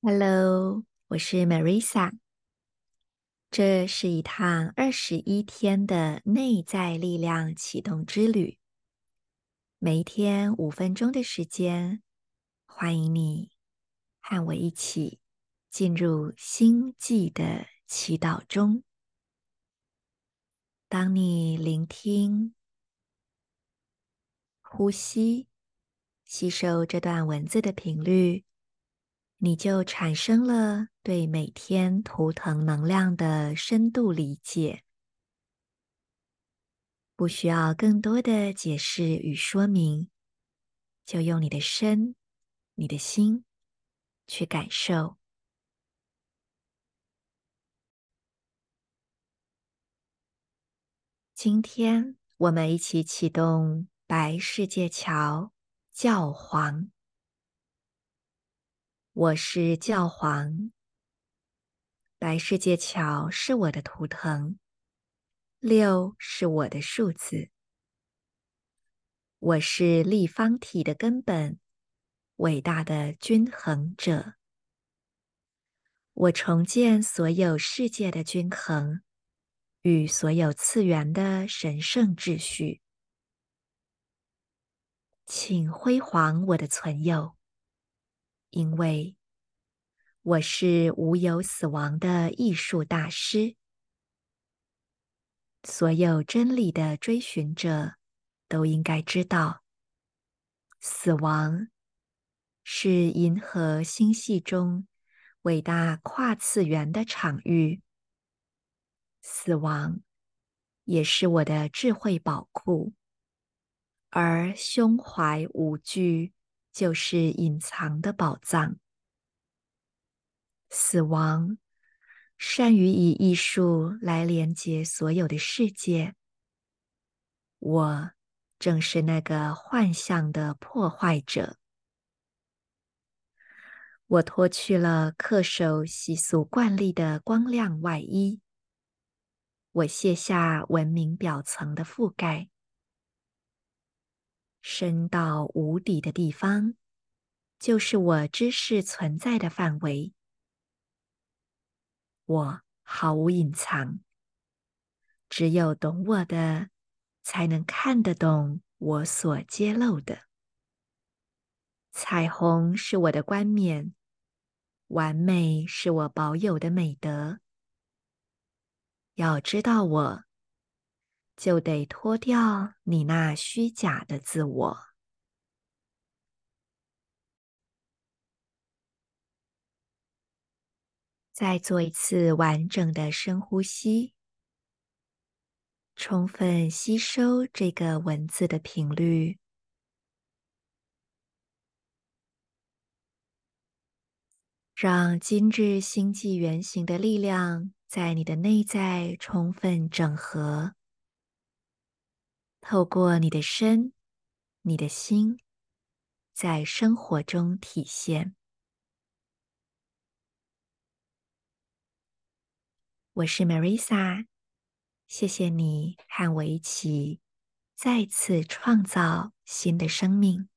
Hello，我是 Marisa。这是一趟21天的内在力量启动之旅，每一天5分钟的时间，欢迎你和我一起进入星际的祈祷中。当你聆听、呼吸、吸收这段文字的频率，你就产生了对每天图腾能量的深度理解，不需要更多的解释与说明，就用你的身、你的心去感受。今天我们一起启动白世界桥教皇。我是教皇，白世界桥是我的图腾，6是我的数字。我是立方体的根本，伟大的均衡者。我重建所有世界的均衡与所有次元的神圣秩序。请辉煌我的存有，因为我是无有死亡的艺术大师。所有真理的追寻者都应该知道，死亡是银河星系中伟大跨次元的场域。死亡也是我的智慧宝库，而胸怀无惧就是隐藏的宝藏。死亡善于以艺术来连接所有的世界。我正是那个幻象的破坏者。我脱去了恪守习俗惯例的光亮外衣，我卸下文明表层的覆盖，深到无底的地方，就是我知识存在的范围。我毫无隐藏，只有懂我的，才能看得懂我所揭露的。彩虹是我的冠冕，完美是我保有的美德。要知道我，就得脱掉你那虚假的自我。再做一次完整的深呼吸，充分吸收这个文字的频率，让今日星际原型的力量在你的内在充分整合，透过你的身、你的心，在生活中体现。我是 Marisa，谢谢你和我一起再次创造新的生命。